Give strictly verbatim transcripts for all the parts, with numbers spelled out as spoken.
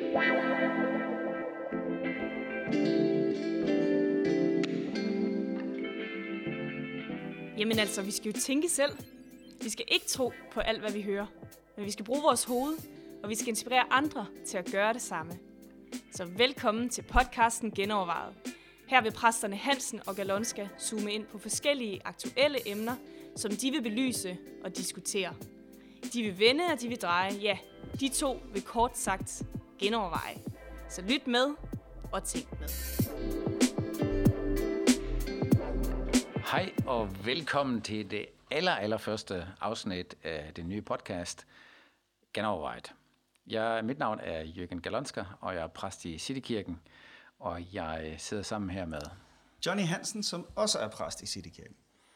Jamen altså, vi skal jo tænke selv. Vi skal ikke tro på alt, hvad vi hører. Men vi skal bruge vores hoved, og vi skal inspirere andre til at gøre det samme. Så velkommen til podcasten Genovervejet. Her vil præsterne Hansen og Galonska zoome ind på forskellige aktuelle emner, som de vil belyse og diskutere. De vil vende, og de vil dreje. Ja, de to vil kort sagt genoverveje. Så lyt med og tænk med. Hej og velkommen til det aller, allerførste afsnit af det nye podcast, Genovervejet. Jeg, mit navn er Jürgen Galonska, og jeg er præst i Citykirken, og jeg sidder sammen her med Johnny Hansen, som også er præst i Citykirken.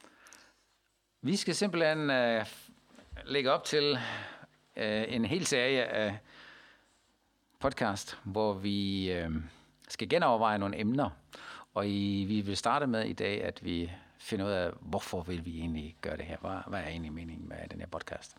Vi skal simpelthen uh, lægge op til uh, en hel serie af podcast, hvor vi uh, skal genoverveje nogle emner, og i, vi vil starte med i dag, at vi finder ud af, hvorfor vil vi egentlig gøre det her? Hvad, hvad er egentlig meningen med den her podcast?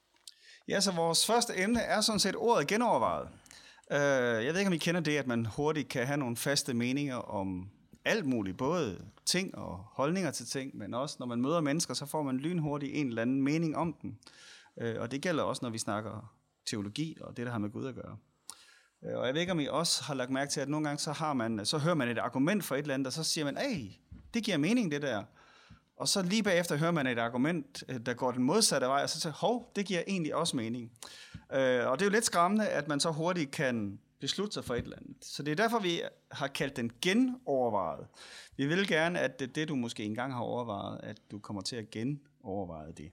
Ja, så vores første emne er sådan set ordet genovervejet. Uh, jeg ved ikke, om I kender det, at man hurtigt kan have nogle faste meninger om alt muligt, både ting og holdninger til ting, men også når man møder mennesker, så får man lynhurtigt en eller anden mening om dem. Uh, og det gælder også, når vi snakker teologi og det, der har med Gud at gøre. Uh, og jeg ved ikke, om I også har lagt mærke til, at nogle gange så, har man, så hører man et argument for et eller andet, og så siger man, ej, det giver mening, det der. Og så lige bagefter hører man et argument, der går den modsatte vej, og så siger hov, det giver egentlig også mening. Øh, og det er jo lidt skræmmende, at man så hurtigt kan beslutte sig for et eller andet. Så det er derfor, vi har kaldt den genovervejet. Vi vil gerne, at det, det du måske engang har overvejet, at du kommer til at genoverveje det.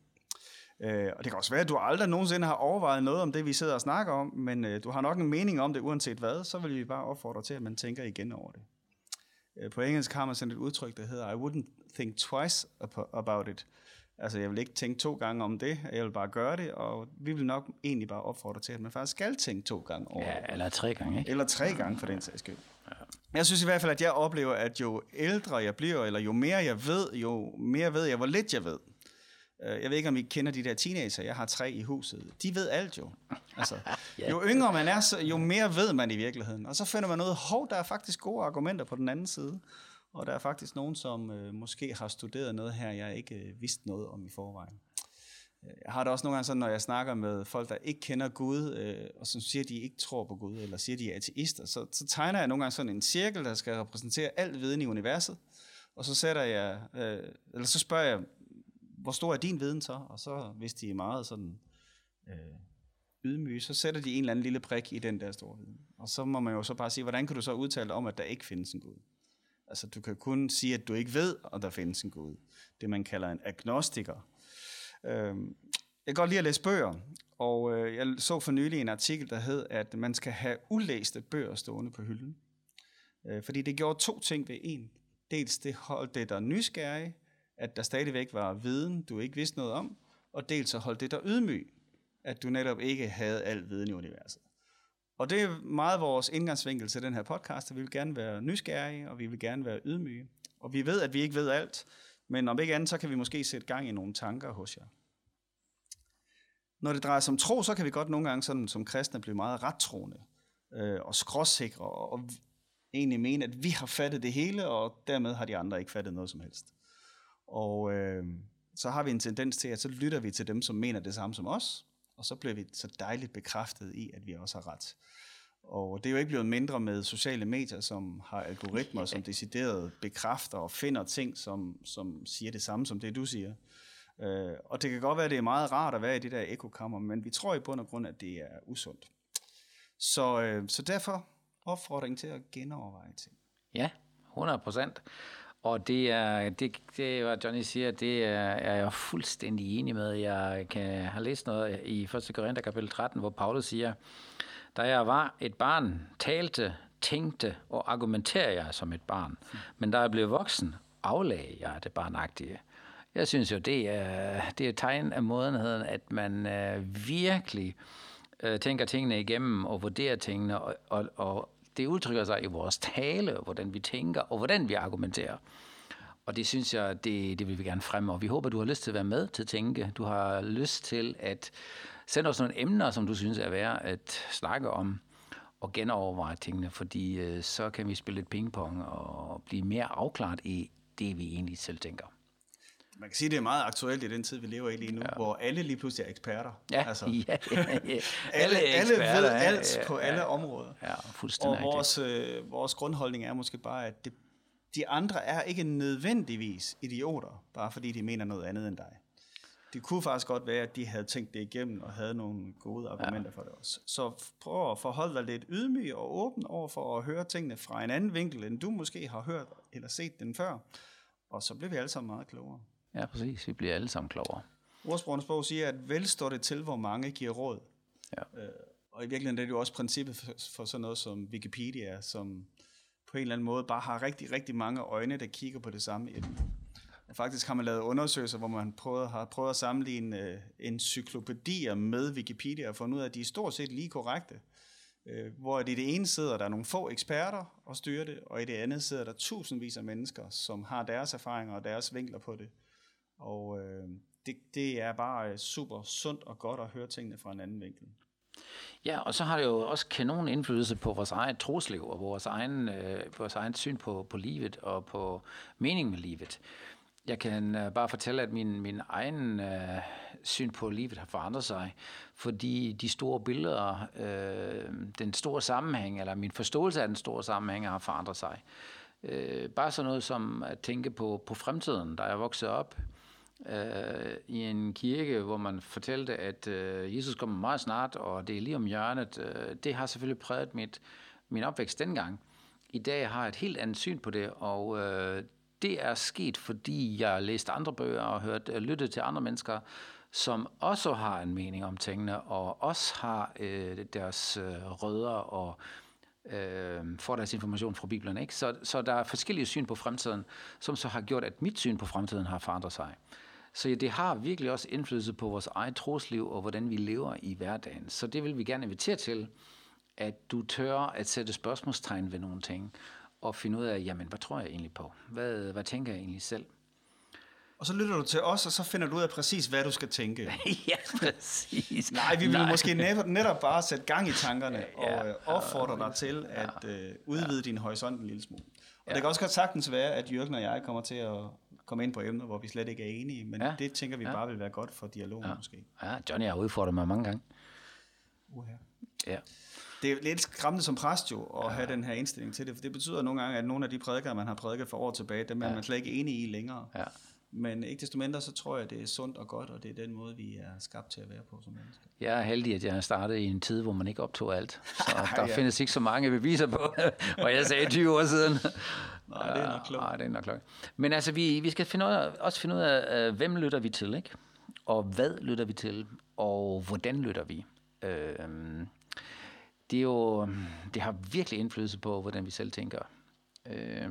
Øh, og det kan også være, at du aldrig nogensinde har overvejet noget om det, vi sidder og snakker om, men øh, du har nok en mening om det, uanset hvad, så vil vi bare opfordre til, at man tænker igen over det. På engelsk har man sådan et udtryk, der hedder I wouldn't think twice about it. Altså, jeg vil ikke tænke to gange om det, jeg vil bare gøre det, og vi vil nok egentlig bare opfordre til, at man faktisk skal tænke to gange over det. Ja, eller tre gange, ikke? Eller tre gange, for den sags skyld. Ja. Jeg synes i hvert fald, at jeg oplever, at jo ældre jeg bliver, eller jo mere jeg ved, jo mere ved jeg, hvor lidt jeg ved. Jeg ved ikke, om I kender de der teenager, jeg har tre i huset. De ved alt jo. Altså, jo yngre man er, jo mere ved man i virkeligheden. Og så finder man noget, hov, der er faktisk gode argumenter på den anden side. Og der er faktisk nogen, som øh, måske har studeret noget her, jeg ikke øh, vidste noget om i forvejen. Jeg har det også nogle gange sådan, når jeg snakker med folk, der ikke kender Gud, øh, og som siger, at de ikke tror på Gud, eller siger, at de er ateister, så, så tegner jeg nogle gange sådan en cirkel, der skal repræsentere al viden i universet. Og så sætter jeg, øh, eller så spørger jeg, hvor stor er din viden så? Og så, hvis de er meget sådan øh, ydmyge, så sætter de en eller anden lille prik i den der store viden. Og så må man jo så bare sige, hvordan kan du så udtale dig om, at der ikke findes en Gud? Altså, du kan kun sige, at du ikke ved, at der findes en Gud. Det, man kalder en agnostiker. Øh, jeg kan godt lide at læse bøger, og øh, jeg så for nylig en artikel, der hed, at man skal have ulæste bøger stående på hylden. Øh, fordi det gjorde to ting ved en. Dels det holdt det der nysgerrige, at der stadigvæk var viden, du ikke vidste noget om, og dels så holdt det der ydmyg, at du netop ikke havde al viden i universet. Og det er meget vores indgangsvinkel til den her podcast, at vi vil gerne være nysgerrige, og vi vil gerne være ydmyge. Og vi ved, at vi ikke ved alt, men om ikke andet, så kan vi måske sætte gang i nogle tanker hos jer. Når det drejer sig om tro, så kan vi godt nogle gange sådan, som kristne blive meget rettroende øh, og skråsikre, og, og egentlig mene, at vi har fattet det hele, og dermed har de andre ikke fattet noget som helst. Og øh, så har vi en tendens til, at så lytter vi til dem, som mener det samme som os, og så bliver vi så dejligt bekræftet i, at vi også har ret. Og det er jo ikke blevet mindre med sociale medier, som har algoritmer, som decideret bekræfter og finder ting, som, som siger det samme som det, du siger. Øh, og det kan godt være, at det er meget rart at være i det der ekokammer, men vi tror i bund og grund, at det er usundt. Så, øh, så derfor opfordring til at genoverveje ting. Ja, hundrede procent. Og det er, det, det hvad Johnny siger, det er, er jeg fuldstændig enig med. Jeg kan have læst noget i første Korinther kapitel tretten, hvor Paulus siger, da jeg var et barn, talte, tænkte og argumenterede jeg som et barn. Men da jeg blev voksen, aflagde jeg det barnagtige. Jeg synes jo, det er, det er et tegn af modenheden, at man øh, virkelig øh, tænker tingene igennem og vurderer tingene, og, og, og det udtrykker sig i vores tale, hvordan vi tænker og hvordan vi argumenterer. Og det synes jeg, det, det vil vi gerne fremme. Og vi håber, du har lyst til at være med til at tænke. Du har lyst til at sende os nogle emner, som du synes er værd at snakke om. at genoverveje tingene, fordi øh, så kan vi spille lidt pingpong og blive mere afklaret i det, vi egentlig selv tænker. Man kan sige, at det er meget aktuelt i den tid, vi lever i lige nu, ja. hvor alle lige pludselig er eksperter. Ja, altså, ja, ja, ja. alle, alle ved alt ja, på ja, alle områder. Ja, fuldstændig. Og vores, øh, vores grundholdning er måske bare, at det, de andre er ikke nødvendigvis idioter, bare fordi de mener noget andet end dig. Det kunne faktisk godt være, at de havde tænkt det igennem og havde nogle gode argumenter ja. for det også. Så prøv at forholde dig lidt ydmyg og åben over for at høre tingene fra en anden vinkel, end du måske har hørt eller set den før. Og så bliver vi alle sammen meget klogere. Ja, præcis. Vi bliver alle sammen klogere. Ordsprogenes bog siger, at vel står det til, hvor mange giver råd. Ja. Øh, og i virkeligheden er det jo også princippet for, for sådan noget som Wikipedia, som på en eller anden måde bare har rigtig, rigtig mange øjne, der kigger på det samme emne. Faktisk har man lavet undersøgelser, hvor man prøvet, har prøvet at sammenligne øh, encyklopædier med Wikipedia og fundet ud af, at de er stort set lige korrekte. Øh, hvor i det ene sidder der nogle få eksperter og styrer det, og i det andet sidder der tusindvis af mennesker, som har deres erfaringer og deres vinkler på det. Og øh, det, det er bare super sundt og godt at høre tingene fra en anden vinkel. Ja, og så har det jo også kanon indflydelse på vores eget trosliv og vores egen, øh, vores egen syn på, på livet og på meningen med livet. Jeg kan øh, bare fortælle, at min, min egen øh, syn på livet har forandret sig, fordi de store billeder, øh, den store sammenhæng, eller min forståelse af den store sammenhæng har forandret sig. Øh, bare sådan noget som at tænke på, på fremtiden, da jeg voksede op øh, i en kirke, hvor man fortalte, at øh, Jesus kommer meget snart, og det er lige om hjørnet. Øh, det har selvfølgelig præget mit, min opvækst dengang. I dag har jeg et helt andet syn på det, og øh, det er sket, fordi jeg har læst andre bøger og hørt, lyttet til andre mennesker, som også har en mening om tingene, og også har øh, deres øh, rødder og øh, får deres information fra Bibelen. Ikke? Så, så der er forskellige syn på fremtiden, som så har gjort, at mit syn på fremtiden har forandret sig. Så ja, det har virkelig også indflydelse på vores eget trosliv og hvordan vi lever i hverdagen. Så det vil vi gerne invitere til, at du tør at sætte spørgsmålstegn ved nogle ting, og finde ud af, jamen, hvad tror jeg egentlig på? Hvad, hvad tænker jeg egentlig selv? Og så lytter du til os, og så finder du ud af præcis, hvad du skal tænke. Ja, præcis. Nej, vi vil Nej. måske netop, netop bare sætte gang i tankerne, ja, og øh, opfordre dig til at øh, udvide ja. din horisont en lille smule. Og ja. det kan også godt sagtens være, at Jürgen og jeg kommer til at komme ind på emner, hvor vi slet ikke er enige, men ja. det tænker vi ja. bare vil være godt for dialogen ja. måske. Ja, Johnny har udfordret mig mange gange. Uha. Ja. Det er lidt skræmmende som præst jo, at ja. have den her indstilling til det, for det betyder nogle gange, at nogle af de prædikere, man har prædiket for år tilbage, dem er ja. man slet ikke enig i længere. Ja. Men ikke desto mindre, så tror jeg, det er sundt og godt, og det er den måde, vi er skabt til at være på som mennesker. Jeg er heldig, at jeg har startet i en tid, hvor man ikke optog alt. Så der ja. findes ikke så mange beviser på, og jeg sagde tyve år siden. Nej, det er nok klogt. Nej, det er nok klogt. Men altså, vi, vi skal finde ud af, også finde ud af, hvem lytter vi til, ikke? Og hvad lytter vi til, og hvordan lytter vi? Øh, det er jo, det har virkelig indflydelse på, hvordan vi selv tænker. Øh,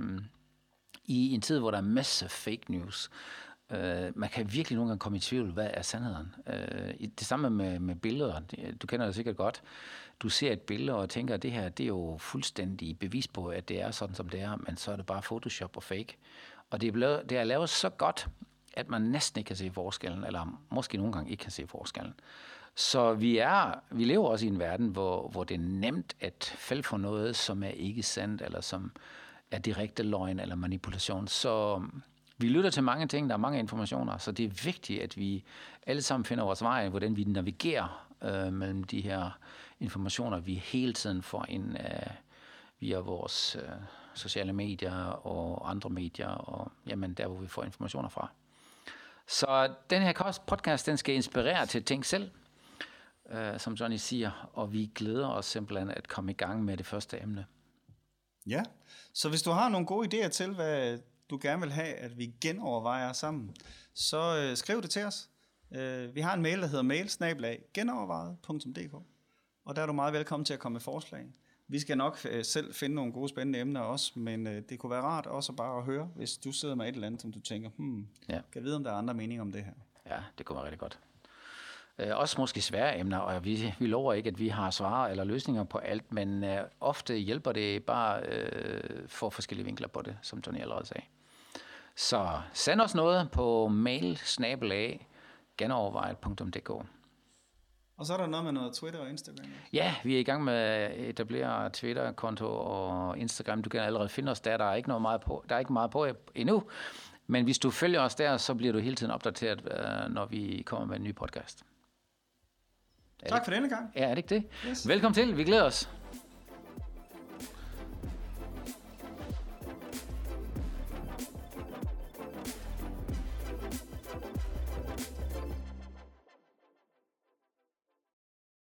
I en tid, hvor der er masser af fake news, øh, man kan virkelig nogle gange komme i tvivl, hvad er sandheden? Øh, det samme med, med billeder. Du kender det sikkert godt. Du ser et billede og tænker, at det her det er jo fuldstændig bevis på, at det er sådan, som det er, men så er det bare Photoshop og fake. Og det er, blevet, det er lavet så godt, at man næsten ikke kan se forskellen, eller måske nogle gange ikke kan se forskellen. Så vi, er, vi lever også i en verden, hvor, hvor det er nemt at falde for noget, som er ikke sandt, eller som er direkte løgn eller manipulation. Så vi lytter til mange ting, der er mange informationer, så det er vigtigt, at vi alle sammen finder vores vej, hvordan vi navigerer øh, mellem de her informationer, vi hele tiden får ind øh, via vores øh, sociale medier og andre medier, og jamen, der, hvor vi får informationer fra. Så den her podcast, den skal inspirere til at tænke selv, øh, som Johnny siger, og vi glæder os simpelthen at komme i gang med det første emne. Ja, så hvis du har nogle gode idéer til, hvad du gerne vil have, at vi genovervejer sammen, så øh, skriv det til os. Øh, vi har en mail, der hedder mail bindestreg genovervejet punktum d k, og der er du meget velkommen til at komme med forslag. Vi skal nok øh, selv finde nogle gode, spændende emner også, men øh, det kunne være rart også bare at høre, hvis du sidder med et eller andet, som du tænker, hmm, ja. kan jeg vide, om der er andre meninger om det her? Ja, det kunne være rigtig godt. Øh, også måske svære emner, og vi, vi lover ikke, at vi har svar eller løsninger på alt, men øh, ofte hjælper det bare øh, for forskellige vinkler på det, som Johnny allerede sagde. Så send os noget på mail bindestreg genovervejet punktum d k. Og så er der noget med noget Twitter og Instagram. Ja, vi er i gang med at etablere Twitter-konto og Instagram. Du kan allerede finde os der. Der er ikke noget meget på, der er ikke meget på endnu. Men hvis du følger os der, så bliver du hele tiden opdateret, når vi kommer med en ny podcast. Tak for denne gang. Ja, er det ikke det? Yes. Velkommen til. Vi glæder os.